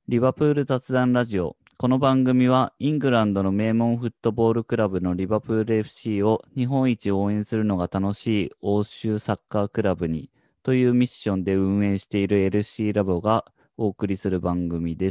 リバプール雑談ラジオ。この番組はイングランドの名門フットボールクラブのリバプール FC を日本一応援するのが楽しい欧州サッカークラブにというミッションで運営している LC ラボがお送りする番組です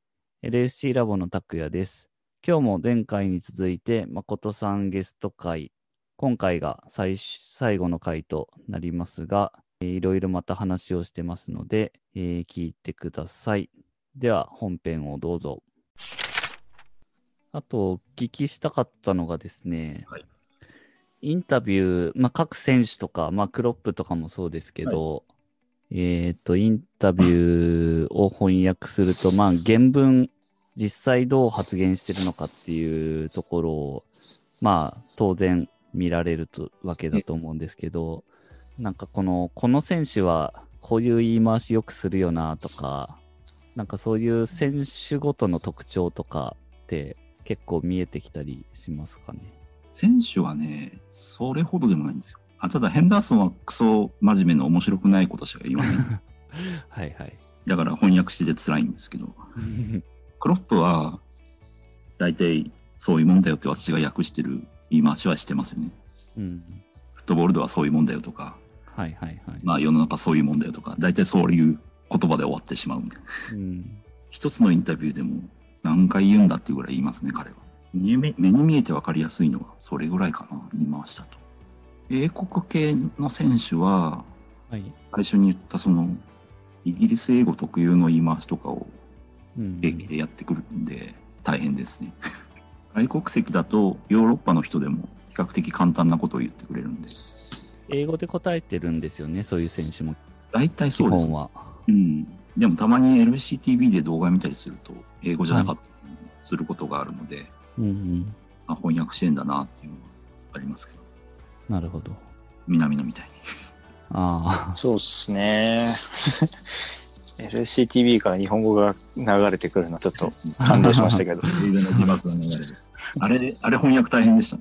。LC ラボの拓也です。今日も前回に続いて誠さんゲスト会。今回が最後の回となりますが、いろいろまた話をしてますので、聞いてください。では本編をどうぞ。あとお聞きしたかったのがですね、 はい、 インタビュー、各選手とか、クロップとかもそうですけど、インタビューを翻訳すると、原文、実際どう発言してるのかっていうところを、当然見られるわけだと思うんですけど、なんかこの選手はこういう言い回しよくするよなとか、なんかそういう選手ごとの特徴とかって結構見えてきたりしますかね。 選手はね、それほどでもないんですよ。ただヘンダーソンはクソ真面目な面白くないことしか言わない。 はいはい。 だから翻訳してて辛いんですけど。クロップは、大体そういうもんだよって私が訳してる言い回しはしてますよね。 うん、 フットボールではそういうもんだよとか、 はいはいはい。 世の中そういうもんだよとか、大体そういう言葉で終わってしまうんで。一つのインタビューでも何回言うんだっていうぐらい言いますね、彼は。目に見えて分かりやすいのはそれぐらいかな、言い回したと。英国系の選手は、最初に言ったそのイギリス英語特有の言い回しとかを平気でやってくるんで大変ですね。外国籍だとヨーロッパの人でも比較的簡単なことを言ってくれるんで。 英語で答えてるんですよね、そういう選手も。 大体そうです、ね。 基本は。 でもたまに LCTV で動画見たりすると英語じゃなかったりすることがあるので、翻訳してんだなっていうのがありますけど。 なるほど。 南野みたいに。 ああ。そうっすね。LCTV から日本語が流れてくるのちょっと感動しましたけど。 英語の字幕が流れる。あれ翻訳大変でしたね。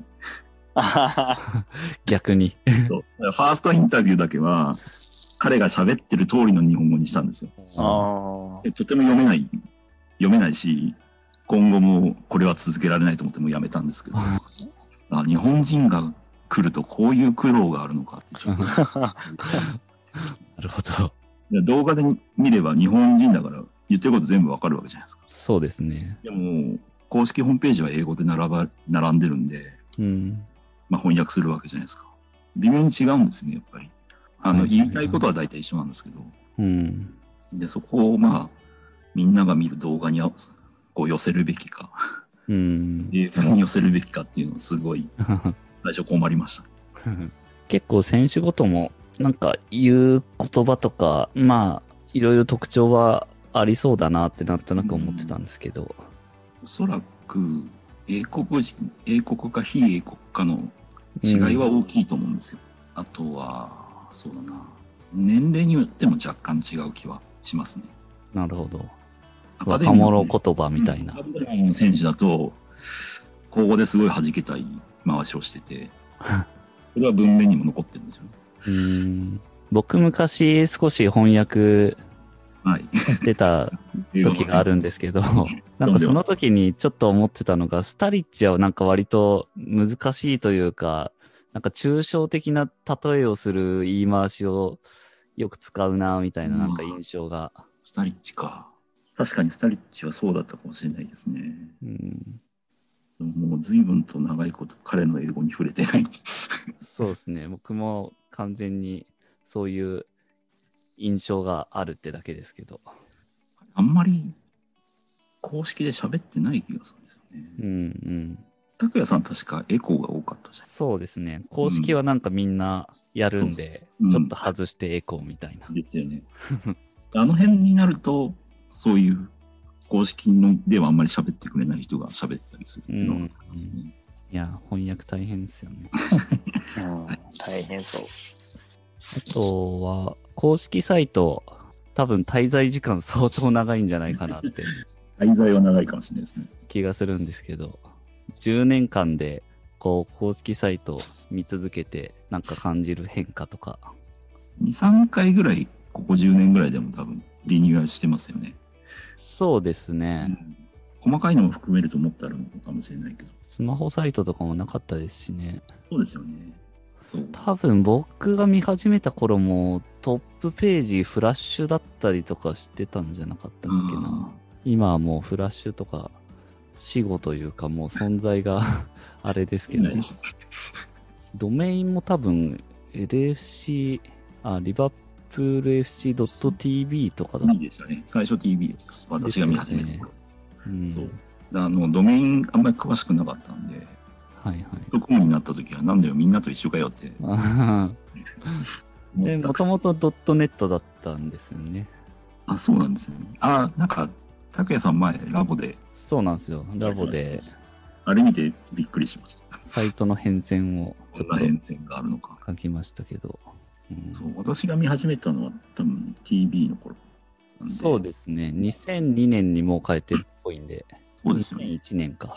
逆に。 そうファーストインタビューだけは、彼が喋ってる通りの日本語にしたんですよ。とても読めないし、今後もこれは続けられないと思ってもうやめたんですけど、日本人が来るとこういう苦労があるのかってちょっとなるほど。 動画で見れば日本人だから言ってること全部わかるわけじゃないですか。 そうですね。 でも公式ホームページは英語で並んでるんで、翻訳するわけじゃないですか。微妙に違うんですよね、やっぱり。言いたいことは大体一緒なんですけど、でそこをみんなが見る動画にこう寄せるべきか、英語に寄せるべきかっていうのをすごい最初困りました。 結構選手ごともなんか言う言葉とかいろいろ特徴はありそうだなってなんとなく思ってたんですけど、 おそらく英国か非英国かの違いは大きいと思うんですよ。あとはそうだな、年齢によっても若干違う気はしますね。 なるほど。若者言葉みたいな。 アカデミーの選手だと高校ですごい弾けたい回しをしてて、それは文面にも残ってるんですよね。 僕昔少し翻訳してた時があるんですけど、なんかその時にちょっと思ってたのが、スタリッチはなんか割と難しいというか、なんか抽象的な例えをする言い回しをよく使うなみたいななんか印象が。 スタリッチか。確かにスタリッチはそうだったかもしれないですね。もう随分と長いこと彼の英語に触れてない。 そうですね。僕も完全にそういう印象があるってだけですけど。 あんまり公式で喋ってない気がするんですよね。拓也さん確かエコーが多かったじゃん。 そうですね。公式はなんかみんなやるんで、ちょっと外してエコーみたいな。 ですよね。あの辺になると、そういう公式のではあんまり喋ってくれない人が喋ったりするっていうのがありますね。 いや、翻訳大変ですよね。 大変そう。 あとは、公式サイト、多分滞在時間相当長いんじゃないかなって。 滞在は長いかもしれないですね。 気がするんですけど、10年間で、こう、公式サイトを見続けて、なんか感じる変化とか。 2、3回ぐらい、ここ10年ぐらいでも多分、リニューアルしてますよね。 そうですね。 細かいのも含めるともっとあるのかもしれないけど。 スマホサイトとかもなかったですしね。 そうですよね。 多分僕が見始めた頃もトップページフラッシュだったりとかしてたんじゃなかったっけな。今はもうフラッシュとか死後というかもう存在があれですけど、ドメインも多分 LFC、リバプール FC.tv とかだった。 でしたね。最初 TV 私が見始めた頃。そう。ドメインあんまり詳しくなかったんで、 はいはい。 ドコモになった時はなんだよみんなと一緒かよって。 で、もともとドットネットだったんですよね。 あ、そうなんですよね。なんか、拓也さん前ラボで。 そうなんですよ。ラボで。 あれ見てびっくりしました。 サイトの変遷をちょっと変遷があるのか。 書きましたけど。 そう、私が見始めたのは多分 TV の頃。 そうですね。2002年にもう変えてるっぽいんで。 そうですよね。 2001年か。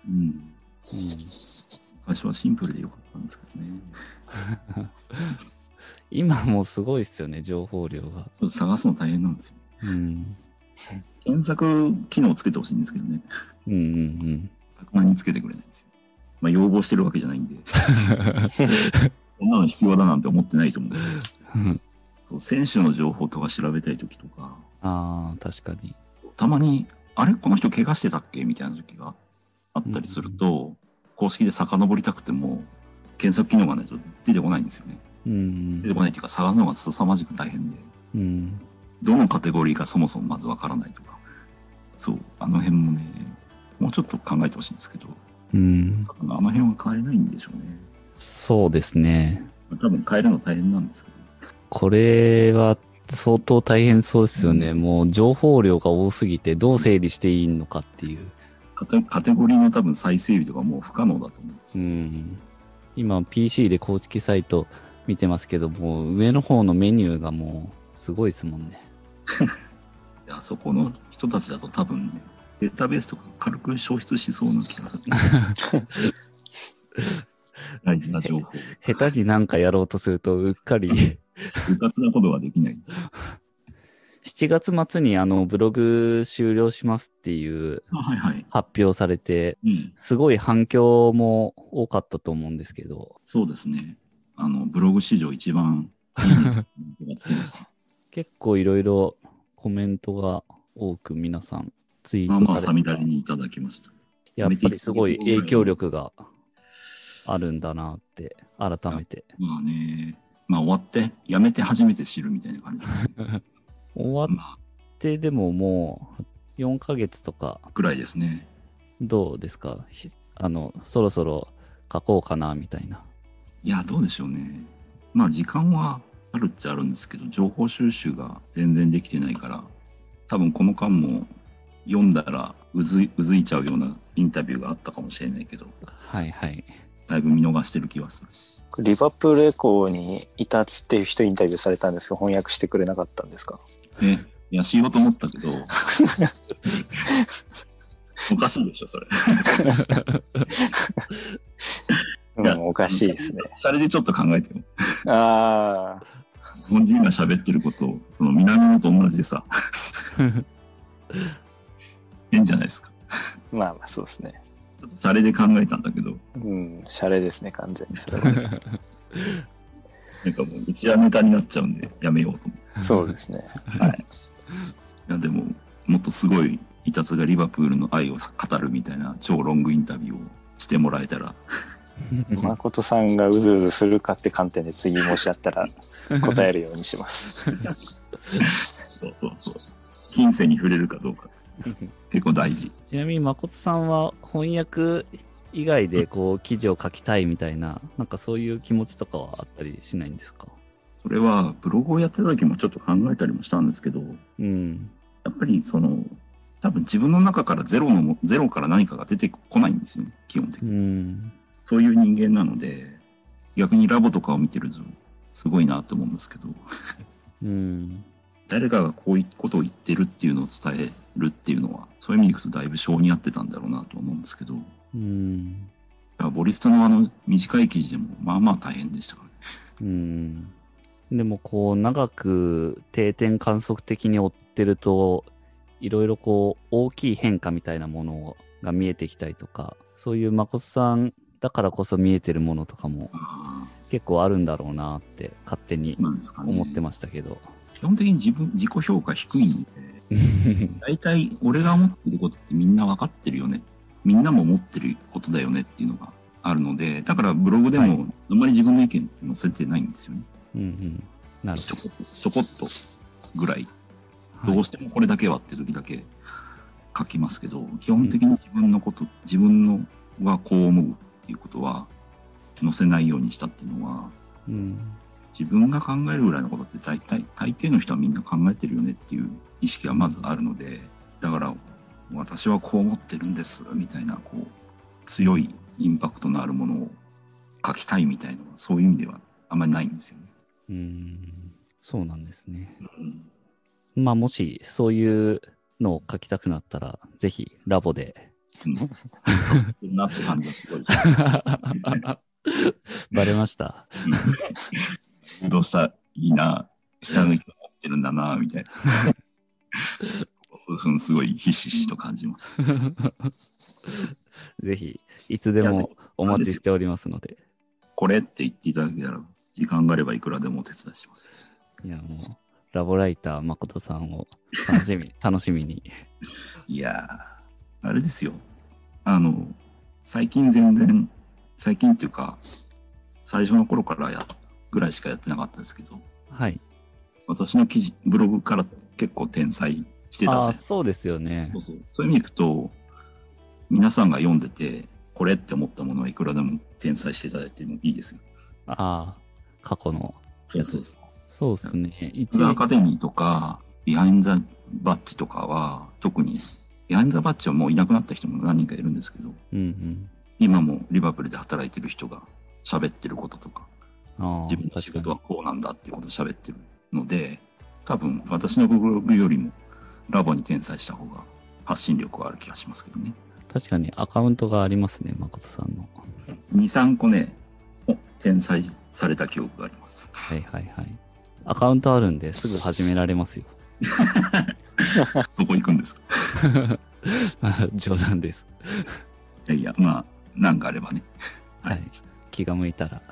昔はシンプルでよかったんですけどね。 今もうすごいですよね、情報量が。ちょっと探すの大変なんですよ。検索機能をつけてほしいんですけどね。たくまにつけてくれないんですよ。まあ要望してるわけじゃないんで。こんなの必要だなんて思ってないと思うんですよ。そう、選手の情報とか調べたい時とか。 確かに。 たまに、あれこの人怪我してたっけみたいな時があったりすると、公式で遡りたくても、検索機能がないと出てこないんですよね。出てこないっていうか、探すのが凄まじく大変で。どのカテゴリーかそもそもまずわからないとか。そう、あの辺もね、もうちょっと考えてほしいんですけど。あの辺は変えないんでしょうね。 そうですね。 多分変えるの大変なんですけど。 これは相当大変そうですよね。もう情報量が多すぎてどう整理していいのかっていう。 カテゴリーの多分再整理とかもう不可能だと思うんですよ。 今 PC で公式サイト見てますけども、上の方のメニューがもうすごいですもんね。 いや、そこの人たちだと多分ね、データベースとか軽く消失しそうな気がする。大事な情報。 下手になんかやろうとするとうっかり。 うかつなことができない。 7月末にブログ終了しますっていう発表されて、すごい反響も多かったと思うんですけど。 そうですね。ブログ史上一番いいねがつきました。 結構いろいろコメントが多く皆さんツイートされて。 まあさみだりにいただきました。 やっぱりすごい影響力があるんだなって改めて。 まあね、まあ終わってやめて初めて知るみたいな感じですね。 終わってでももう4ヶ月とかくらいですね。 どうですか？そろそろ書こうかなみたいな。 いや、どうでしょうね。まあ時間はあるっちゃあるんですけど、情報収集が全然できてないから、多分この間も読んだらうずいちゃうようなインタビューがあったかもしれないけど、 はいはい。 だいぶ見逃してる気はするし。 リバプールエコーにいたっつっていう人インタビューされたんですが、翻訳してくれなかったんですか？ いや、しようと思ったけど、おかしいでしょ、それ。 おかしいですね。 それでちょっと考えてよ。日本人が喋ってることを、その南野と同じでさ、変じゃないですか。 まあまあ、そうですね。 シャレで考えたんだけど。 シャレですね、完全に。それはなんかもう、うちはネタになっちゃうんで、やめようと思って。 そうですね。はい。 いや、でも、もっとすごい、いたつがリバプールの愛を語るみたいな超ロングインタビューをしてもらえたら。 誠さんがうずうずするかって観点で次もしあったら答えるようにします。 そうそうそう。金銭に触れるかどうか。結構大事。 ちなみに誠さんは翻訳以外でこう記事を書きたいみたいな、なんかそういう気持ちとかはあったりしないんですか？ それはブログをやってた時もちょっと考えたりもしたんですけど、やっぱり多分自分の中からゼロから何かが出てこないんですよね、基本的に。そういう人間なので、逆にラボとかを見てるとすごいなと思うんですけど、誰かがこういうことを言ってるっていうのを伝えるっていうのは、そういう意味でいくとだいぶ性に合ってたんだろうなと思うんですけど、だからボリスタの短い記事でもまあまあ大変でしたからね。 でもこう長く定点観測的に追ってると、 いろいろこう大きい変化みたいなものが見えてきたりとか、そういう誠さんだからこそ見えてるものとかも結構あるんだろうなって勝手に思ってましたけど、 基本的に自己評価低いんで大体俺が思ってることってみんな分かってるよね、みんなも思ってることだよねっていうのがあるので、だからブログでもあんまり自分の意見って載せてないんですよね。 なるほど。 ちょこっとぐらい、どうしてもこれだけはって時だけ書きますけど、基本的に自分のこと、自分のはこう思うっていうことは載せないようにしたっていうのは、自分が考えるぐらいのことって大抵の人はみんな考えてるよねっていう意識がまずあるので、だから私はこう思ってるんですみたいなこう強いインパクトのあるものを書きたいみたいな、そういう意味ではあんまりないんですよね。 そうなんですね。まあもしそういうのを書きたくなったらぜひラボで、 させてるなって感じはすごいバレました。 どうしたいいな、下の人持ってるんだなみたいな数分すごいひしひしと感じます。 ぜひいつでもお待ちしておりますので。 これって言っていただけたら時間があればいくらでもお手伝いします。 いやもうラボライター誠さんを楽しみに。 いやあれですよ。最近っていうか最初の頃からぐらいしかやってなかったですけど、 はい。 私のブログから結構転載してたじゃないですか。 そうですよね。 そういう意味でいくと、皆さんが読んでて、これって思ったものはいくらでも転載していただいてもいいですよ。 過去の。そうですね。 アカデミーとか、ビハインザバッジとかは、特に、ビハインザバッジはもういなくなった人も何人かいるんですけど、今もリバプールで働いてる人が喋ってることとか、自分の仕事はこうなんだっていうことを喋ってるので、多分私のブログよりもラボに転載した方が発信力はある気がしますけどね。 確かにアカウントがありますね、誠さんの。 2、3個ね、転載された記憶があります。 アカウントあるんですぐ始められますよ。 どこ行くんですか？ 冗談です。 いや、まあ、なんかあればね。 はい。気が向いたら。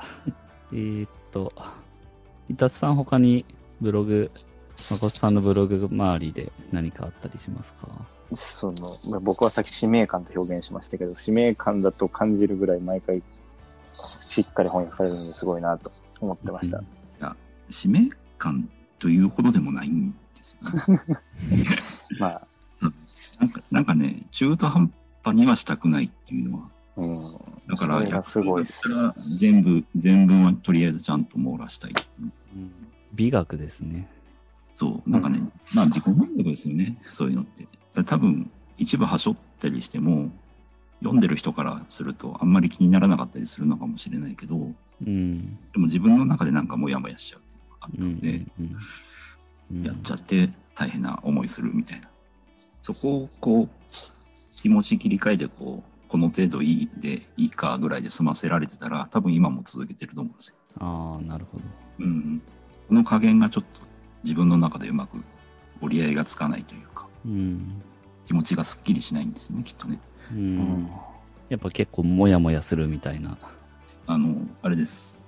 伊達さん他に誠さんのブログ周りで何かあったりしますか？ 僕はさっき使命感と表現しましたけど、使命感だと感じるぐらい毎回しっかり翻訳されるのですごいなと思ってました。 いや、使命感というほどでもないんですよね。まあ、なんかね、中途半端にはしたくないっていうのは。だから、 すごいです全文はとりあえずちゃんと網羅したい。 美学ですね。 そう、なんかね、まあ自己満足ですよね、そういうのって。多分、一部はしょったりしても、読んでる人からするとあんまり気にならなかったりするのかもしれないけど、でも自分の中でなんかモヤモヤしちゃうっていうのがあったので、やっちゃって大変な思いするみたいな。そこをこう、気持ち切り替えてこの程度いいかぐらいで済ませられてたら、多分今も続けてると思うんですよ。 なるほど。 この加減がちょっと自分の中でうまく折り合いがつかないというか、気持ちがすっきりしないんですよね、きっとね。 やっぱ結構モヤモヤするみたいな。 あれです。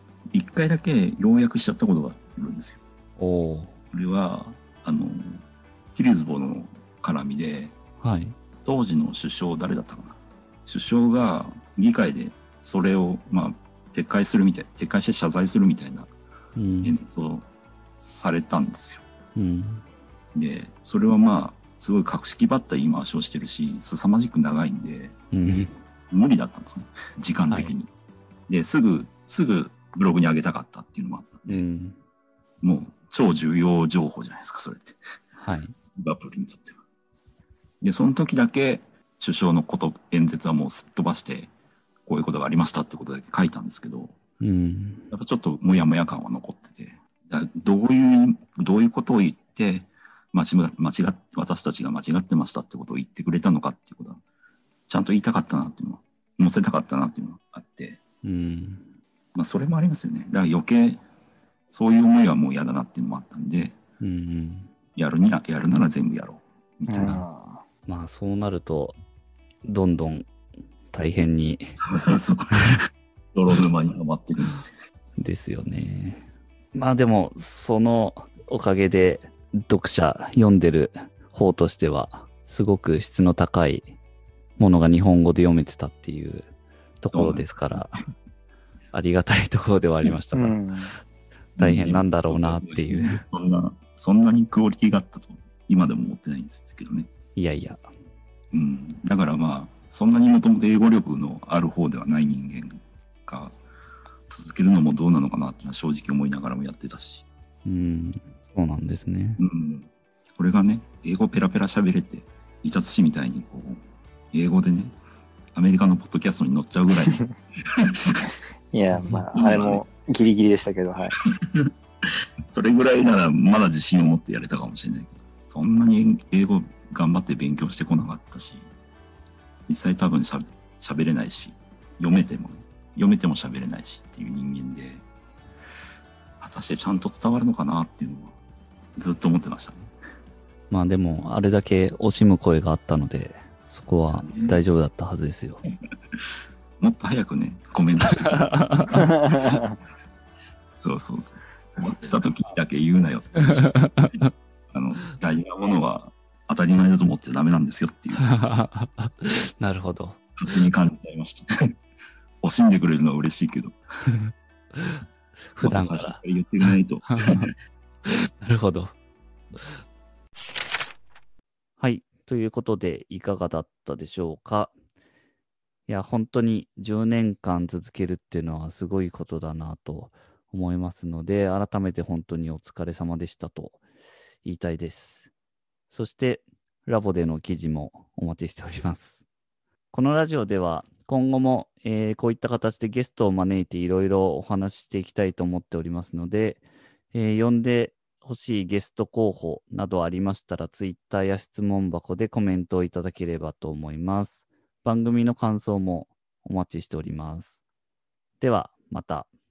一回だけ要約しちゃったことがあるんですよ。これは、ヒルズボの絡みで、当時の首相誰だったかな。首相が議会でそれを、撤回して謝罪するみたいな演説をされたんですよ。で、それはすごい格式ばった言い回しをしてるし、凄まじく長いんで、無理だったんですね。時間的に。で、すぐブログに上げたかったっていうのもあったんで、もう超重要情報じゃないですか、それって。リバプールにとっては。で、その時だけ首相の演説はもうすっ飛ばして、こういうことがありましたってことだけ書いたんですけど、やっぱちょっとモヤモヤ感は残ってて、どういうことを言って、私たちが間違ってましたってことを言ってくれたのかっていうことは、ちゃんと言いたかったなっていうのは、載せたかったなっていうのがあって、それもありますよね。だから余計、そういう思いはもう嫌だなっていうのもあったんで、やるなら全部やろう、みたいなまあそうなると、どんどん大変に。 そうそう。泥沼にはまってるんですよ。 ですよね。まあでも、そのおかげで読者読んでる方としては、すごく質の高いものが日本語で読めてたっていうところですから、ありがたいところではありましたが、大変なんだろうなっていう。 そんなにクオリティがあったと今でも思ってないんですけどね。 いやいや。 うん。だからまあ、そんなにもともと英語力のある方ではない人間が続けるのもどうなのかなって正直思いながらもやってたし。 そうなんですね。 これがね、英語ペラペラ喋れて、イタツシみたいにこう、英語でね、アメリカのポッドキャストに載っちゃうぐらい。 いや、まあ、あれもギリギリでしたけど、はい。 それぐらいならまだ自信を持ってやれたかもしれないけど、そんなに英語頑張って勉強してこなかったし、実際多分喋れないし、読めても喋れないしっていう人間で、果たしてちゃんと伝わるのかなっていうのはずっと思ってましたね。 まあでも、あれだけ惜しむ声があったので、そこは大丈夫だったはずですよ。 もっと早くね、コメントして。そうそうそう。終わった時にだけ言うなよって話。大事なものは当たり前だと思ってダメなんですよっていう。 なるほど。 勝手に感じちゃいました。惜しんでくれるのは嬉しいけど。 普段から言ってくれないと。 なるほど。はい。ということで、いかがだったでしょうか。いや、本当に10年間続けるっていうのはすごいことだなと思いますので、改めて本当にお疲れ様でしたと言いたいです。そして、ラボでの記事もお待ちしております。このラジオでは今後も、こういった形でゲストを招いていろいろお話ししていきたいと思っておりますので、呼んでほしいゲスト候補などありましたら、ツイッターや質問箱でコメントをいただければと思います。番組の感想もお待ちしております。では、また。